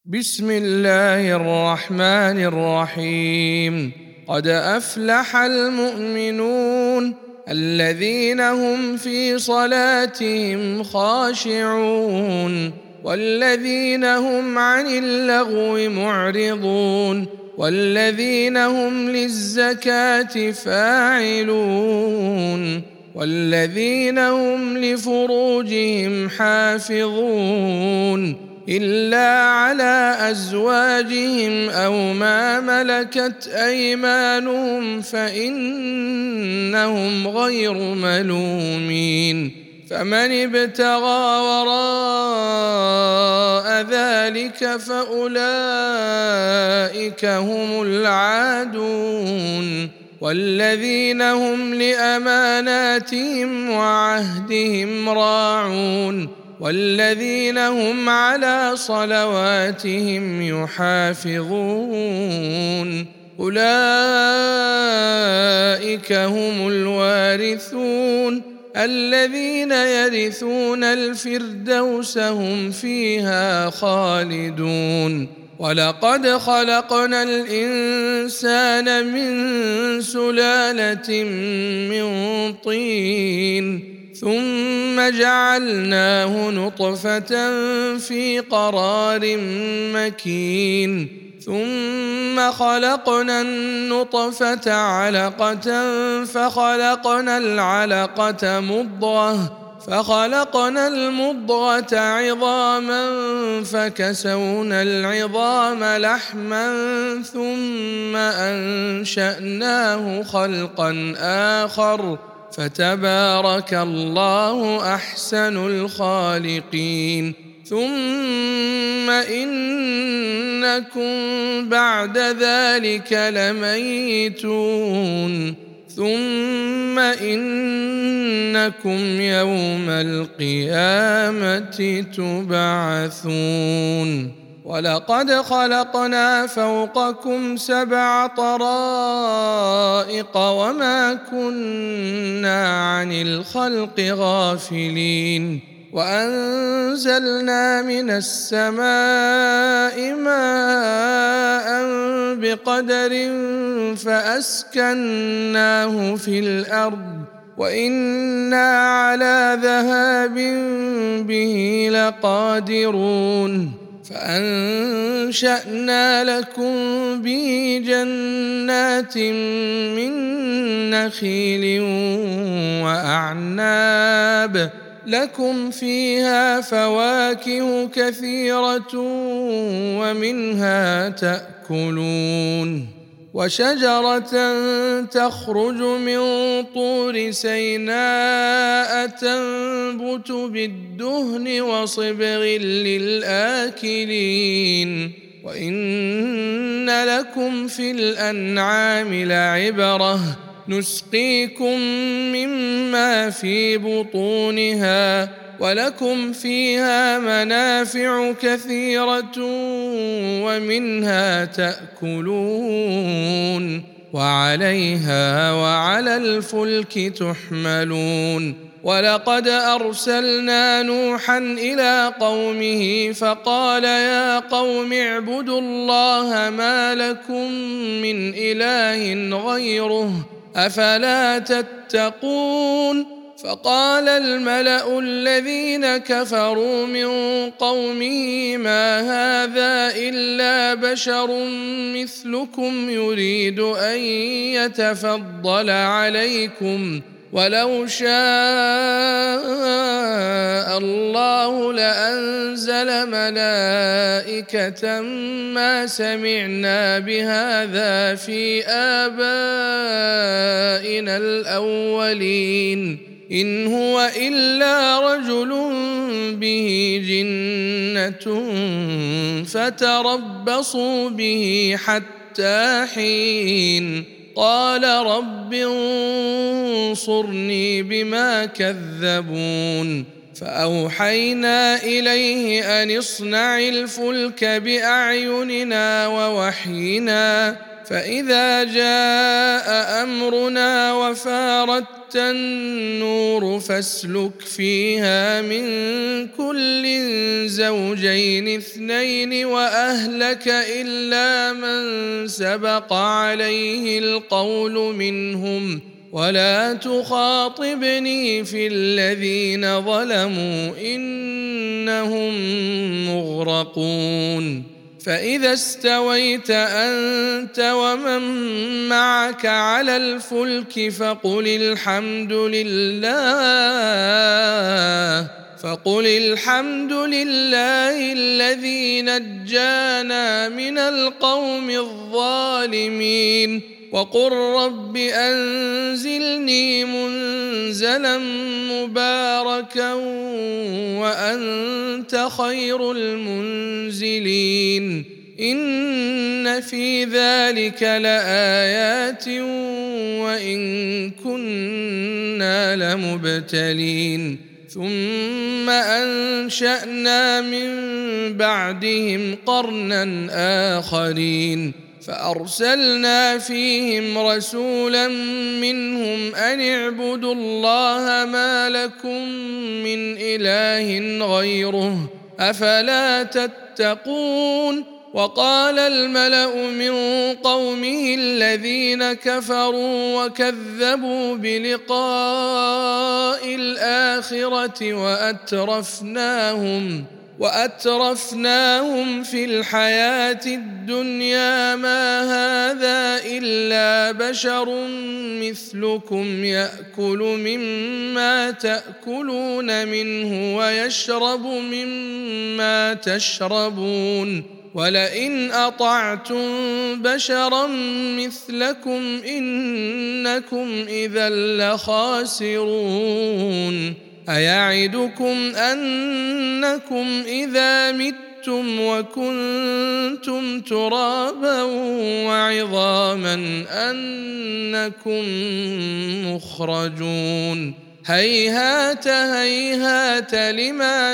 بسم الله الرحمن الرحيم. قد أفلح المؤمنون الذين هم في صلاتهم خاشعون والذين هم عن اللغو معرضون والذين هم للزكاة فاعلون والذين هم لفروجهم حافظون إلا على أزواجهم أو ما ملكت أيمانهم فإنهم غير ملومين فمن ابتغى وراء ذلك فأولئك هم العادون والذين هم لأماناتهم وعهدهم راعون والذين هم على صلواتهم يحافظون أولئك هم الوارثون الذين يرثون الفردوس هم فيها خالدون ولقد خلقنا الإنسان من سلالة من طين ثم جعلناه نطفة في قرار مكين ثم خلقنا النطفة علقة فخلقنا العلقة مضغة فخلقنا المضغة عظاما فكسونا العظام لحما ثم أنشأناه خلقا آخر فتبارك الله أحسن الخالقين ثم إنكم بعد ذلك لميتون ثم إنكم يوم القيامة تبعثون ولقد خلقنا فوقكم 7 طرائق وما كنا عن الخلق غافلين وأنزلنا من السماء ماء بقدر فأسكناه في الأرض وإنا على ذهاب به لقادرون فأنشأنا لكم به جنات من نخيل وأعناب لكم فيها فواكه كثيرة ومنها تأكلون وشجرة تخرج من طور سيناء تنبت بالدهن وصبغ للآكلين وإن لكم في الأنعام لعبرة نسقيكم مما في بطونها ولكم فيها منافع كثيرة ومنها تأكلون وعليها وعلى الفلك تحملون ولقد أرسلنا نوحا إلى قومه فقال يا قوم اعبدوا الله ما لكم من إله غيره أفلا تتقون فقال الملأ الذين كفروا من قومه ما هذا إلا بشر مثلكم يريد أن يتفضل عليكم ولو شاء الله لأنزل ملائكة ما سمعنا بهذا في آبائنا الأولين إن هو إلا رجل به جنة فتربصوا به حتى حين قال رب انصرني بما كذبون فأوحينا إليه أن اصنع الفلك بأعيننا ووحينا فإذا جاء أمرنا وفارت النور فاسلك فيها من كل زوجين اثنين وأهلك إلا من سبق عليه القول منهم ولا تخاطبني في الذين ظلموا إنهم مغرقون فإذا استويت أنت ومن معك على الفلك فقل الحمد لله الذي نجانا من القوم الظالمين وقل رب أنزلني منزلا مباركا وأنت خير المنزلين إن في ذلك لآيات وإن كنا لمبتلين ثم أنشأنا من بعدهم قرنا آخرين فأرسلنا فيهم رسولا منهم أن اعبدوا الله ما لكم من إله غيره أفلا تتقون وقال الملأ من قومه الذين كفروا وكذبوا بلقاء الآخرة وأترفناهم في الحياة الدنيا ما هذا إلا بشر مثلكم يأكل مما تأكلون منه ويشرب مما تشربون ولئن أطعتم بشرا مثلكم إنكم إذا لخاسرون أيعدكم أنكم إذا متم وكنتم ترابا وعظاما أنكم مخرجون هيهات هيهات لما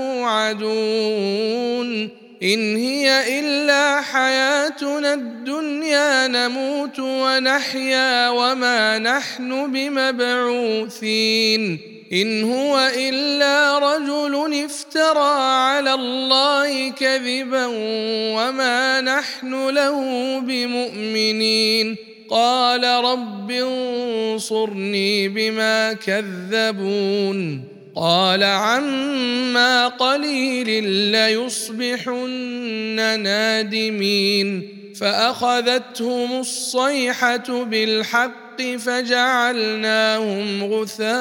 توعدون إن هي إلا حياتنا الدنيا نموت ونحيا وما نحن بمبعوثين إن هو إلا رجل افترى على الله كذبا وما نحن له بمؤمنين قال رب انصرني بما كذبون قال عما قليل ليصبحن نادمين فأخذتهم الصيحة بالحق فجعلناهم غثاء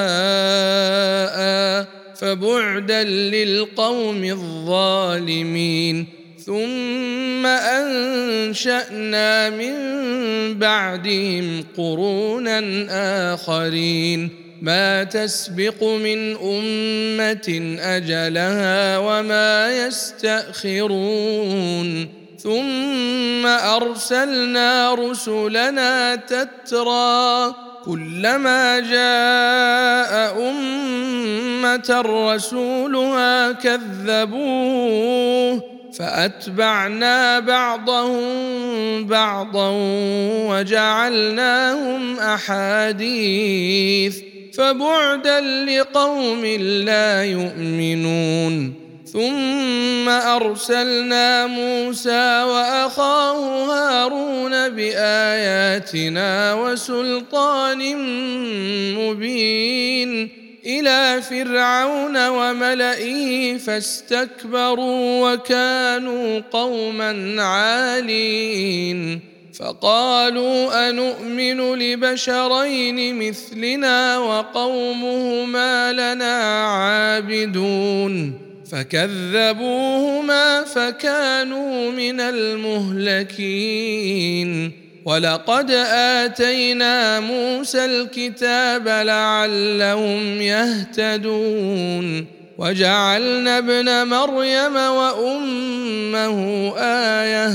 فبعدا للقوم الظالمين ثم أنشأنا من بعدهم قرونا آخرين ما تسبق من أمة أجلها وما يستأخرون ثم أرسلنا رسلنا تترى كلما جاء أمة رسولها كذبوه فأتبعنا بعضهم بعضا وجعلناهم أحاديث فبعدا لقوم لا يؤمنون ثم أرسلنا موسى وأخاه هارون بآياتنا وسلطان مبين إلى فرعون وملئه فاستكبروا وكانوا قوما عالين فقالوا أنؤمن لبشرين مثلنا وقومهما لنا عابدون فكذبوهما فكانوا من المهلكين ولقد آتينا موسى الكتاب لعلهم يهتدون وجعلنا ابن مريم وأمه آية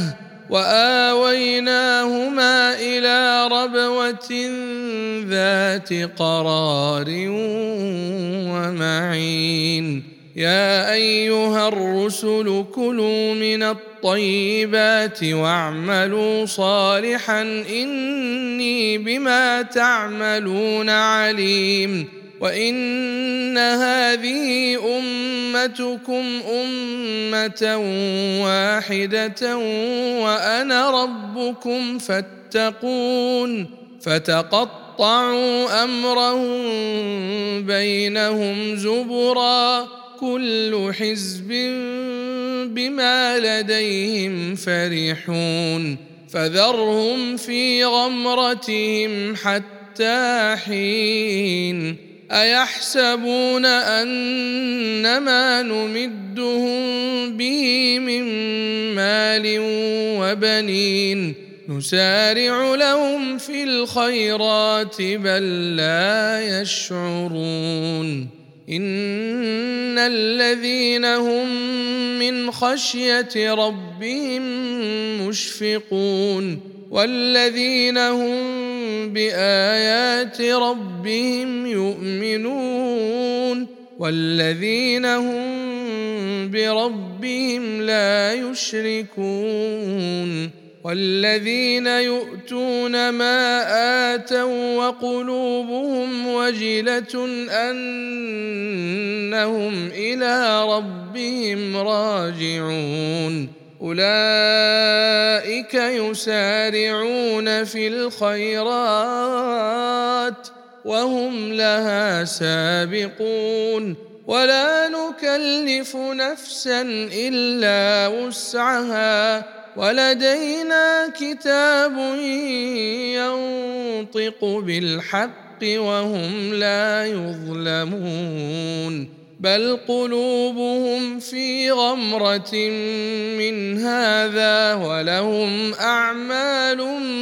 وآويناهما إلى ربوة ذات قرار أجمعين. يا أيها الرسل كلوا من الطيبات واعملوا صالحا إني بما تعملون عليم. وإن هذه أمتكم أمة واحدة وأنا ربكم فاتقون. فتقطعوا أمرهم بينهم زبرا كل حزب بما لديهم فرحون. فذرهم في غمرتهم حتى حين. أيحسبون أنما نمدهم به من مال وبنين نسارع لهم في الخيرات بل لا يشعرون. إن الذين هم من خشية ربهم مشفقون والذين هم بآيات ربهم يؤمنون والذين هم بربهم لا يشركون والذين يؤتون ما آتوا وقلوبهم وجلة أنهم إلى ربهم راجعون أولئك يسارعون في الخيرات وهم لها سابقون ولا نكلف نفسا إلا وسعها ولدينا كتاب ينطق بالحق وهم لا يظلمون بل قلوبهم في غمرة من هذا ولهم أعمال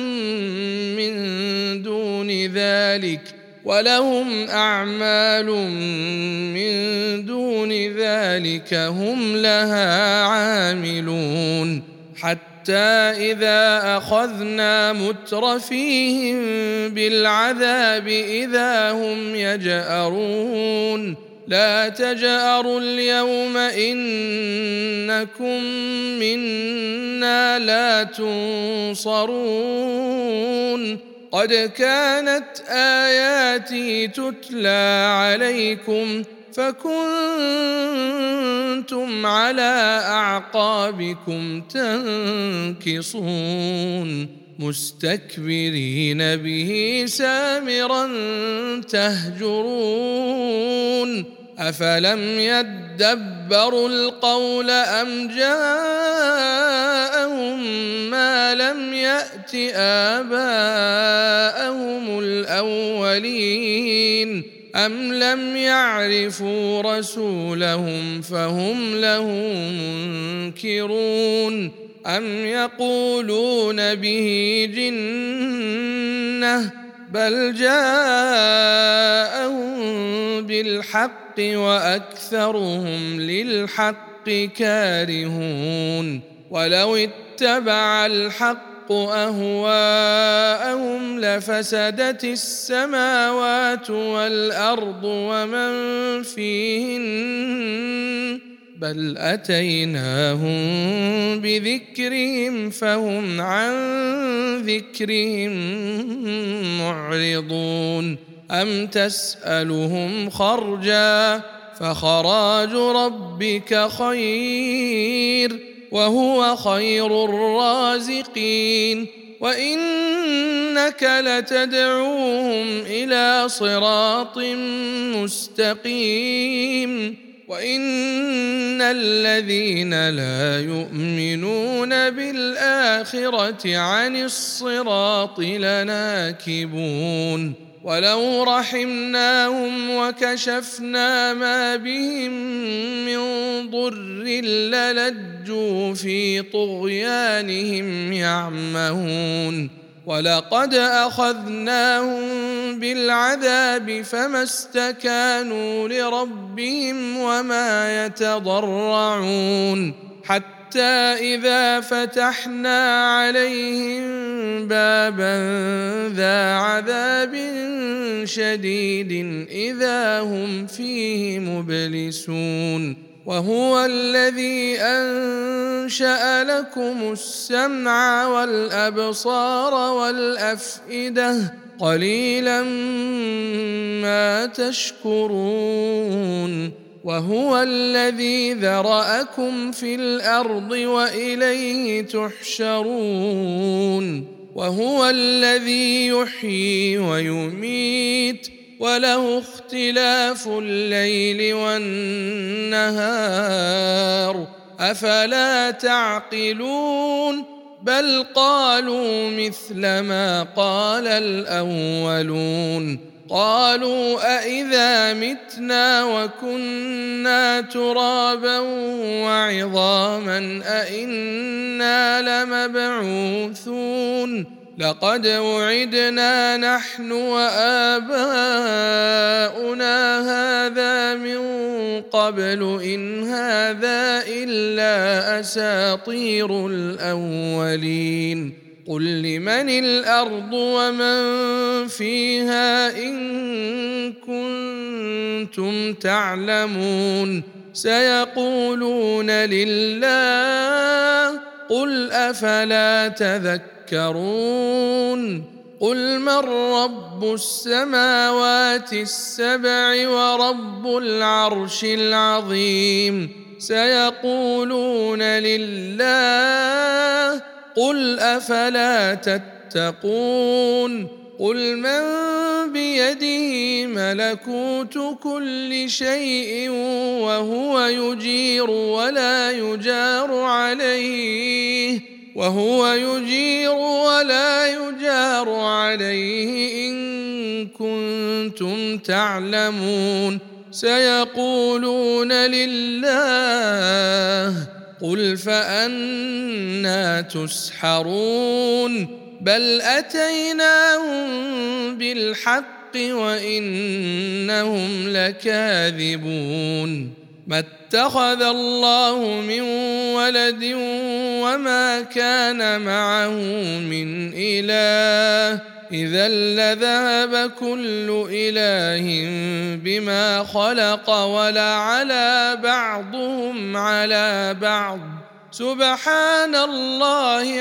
من دون ذلك هم لها عاملون حتى إذا أخذنا مترفيهم بالعذاب إذا هم يجأرون لا تجأروا اليوم إنكم منا لا تنصرون قد كانت آياتي تتلى عليكم فكنتم على أعقابكم تنكصون مستكبرين به سامرا تهجرون أفلم يدبروا القول أم جاءهم ما لم يأت آباءهم الأولين أم لم يعرفوا رسولهم فهم له منكرون أم يقولون به جنة بل جاءهم بالحق وأكثرهم للحق كارهون ولو اتبع الحق أهواءهم لفسدت السماوات والأرض ومن فيهن بل أتيناهم بذكرهم فهم عن ذكرهم معرضون أم تسألهم خرجا فخراج ربك خير وهو خير الرازقين وإنك لتدعوهم إلى صراط مستقيم وإن الذين لا يؤمنون بالآخرة عن الصراط لناكبون ولو رحمناهم وكشفنا ما بهم من ضر للجوا في طغيانهم يعمهون ولقد أخذناهم بالعذاب فما استكانوا لربهم وما يتضرعون حتى حتى إذا فتحنا عليهم بابا ذا عذاب شديد إذا هم فيه مبلسون وهو الذي أنشأ لكم السمع والأبصار والأفئدة قليلا ما تشكرون وهو الذي ذرأكم في الأرض وإليه تحشرون وهو الذي يحيي ويميت وله اختلاف الليل والنهار أفلا تعقلون بل قالوا مثل ما قال الأولون قالوا أإذا متنا وكنا ترابا وعظاما أإنا لمبعوثون لقد وعدنا نحن وآباؤنا هذا من قبل إن هذا إلا أساطير الأولين قل لمن الأرض ومن فيها إن كنتم تعلمون سيقولون لله قل أفلا تذكرون قل من رب السماوات السبع ورب العرش العظيم سيقولون لله قل أفلا تتقون قل من بيده ملكوت كل شيء وهو يجير ولا يجار عليه إن كنتم تعلمون سيقولون لله قل فأنى تسحرون بل أتيناهم بالحق وإنهم لكاذبون ما اتخذ الله من ولد وما كان معه من إله إذا لذهب كل إله بما خلق ولعلى بعضهم على بعض سبحان الله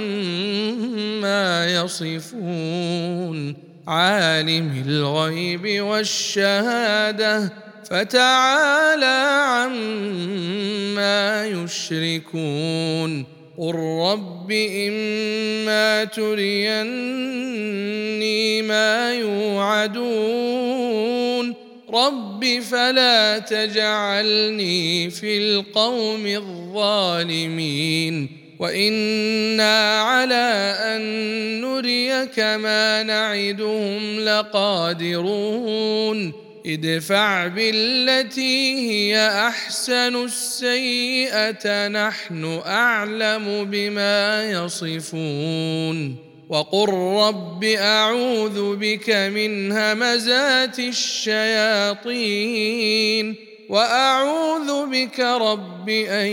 عما يصفون عالم الغيب والشهادة فتعالى عما يشركون قل رب إما تريني ما يوعدون رب فلا تجعلني في القوم الظالمين وإنا على أن نريك ما نعدهم لقادرون ادفع بالتي هي أحسن السيئة نحن أعلم بما يصفون وقل رب أعوذ بك من همزات الشياطين وأعوذ بك رب أن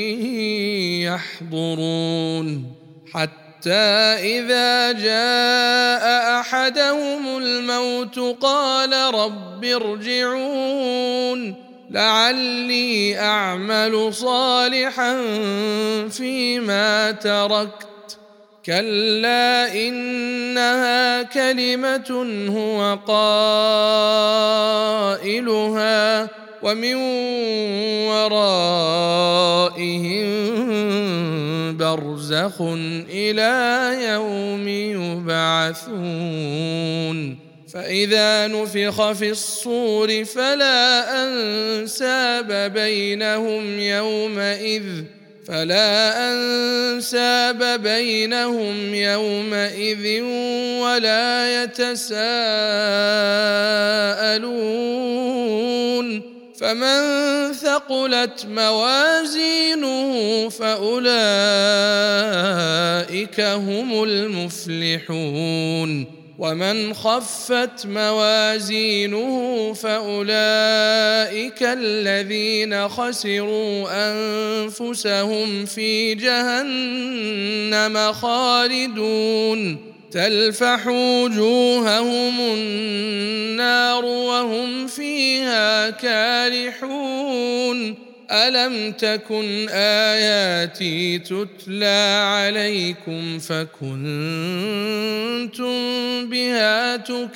يحضرون حتى إذا جاء أحدهم الموت قال رب ارجعون لعلي أعمل صالحا فيما تركت كلا إنها كلمة هو قائلها ومن ورائهم برزخ إلى يوم يبعثون فإذا نفخ في الصور فلا أنساب بينهم يومئذ ولا يتساءلون فمن ثقلت موازينه فأولئك هم المفلحون ومن خفت موازينه فأولئك الذين خسروا أنفسهم في جهنم خالدون تلفح وجوههم النار وهم فيها كالحون ألم تكن آياتي تتلى عليكم فكنتم بها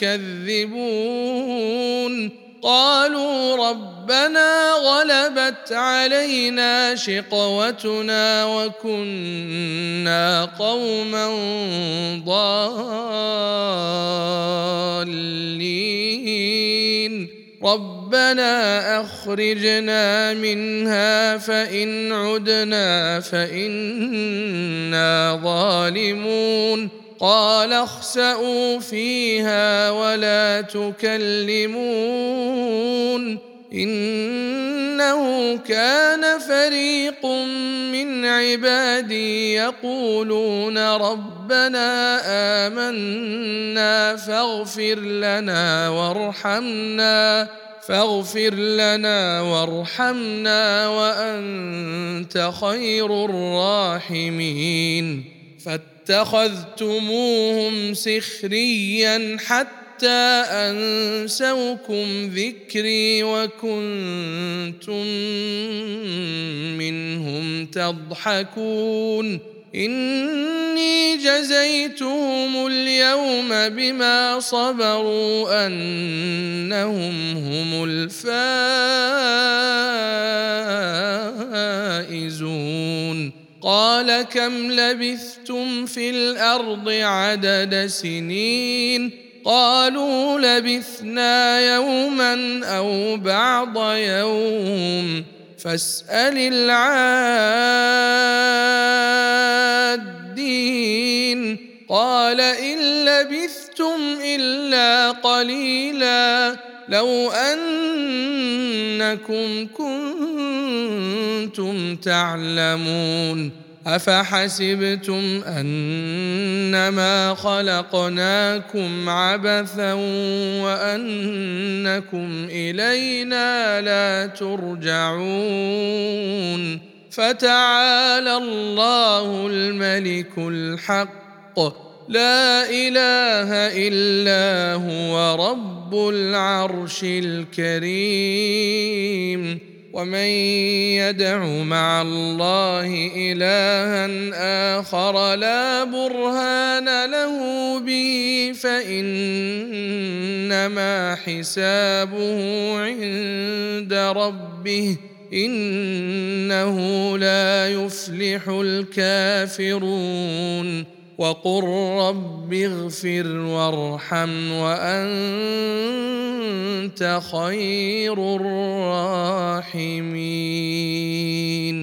تكذبون قالوا ربنا غلبت علينا شقوتنا وكنا قوما ضالين ربنا أخرجنا منها فإن عدنا فإنا ظالمون قال اخسئوا فيها ولا تكلمون إنه كان فريق من عبادي يقولون ربنا آمنا فاغفر لنا وارحمنا وأنت خير الراحمين فاتخذتموهم سخريا حتى أنسوكم ذكري وكنتم منهم تضحكون إني جزيتهم اليوم بما صبروا أنهم هم الفائزون قال كم لبثتم في الأرض عدد سنين قالوا لبثنا يوما أو بعض يوم فاسأل العادين قال إن لبثتم إلا قليلا لو أنكم كنتم تعلمون أفحسبتم أنما خلقناكم عبثا وأنكم إلينا لا ترجعون فتعالى الله الملك الحق لا إله إلا هو رب العرش الكريم ومن يدع مع الله إلها آخر لا برهان له به فإنما حسابه عند ربه إنه لا يفلح الكافرون وقل رب اغفر وارحم وأنت خير الراحمين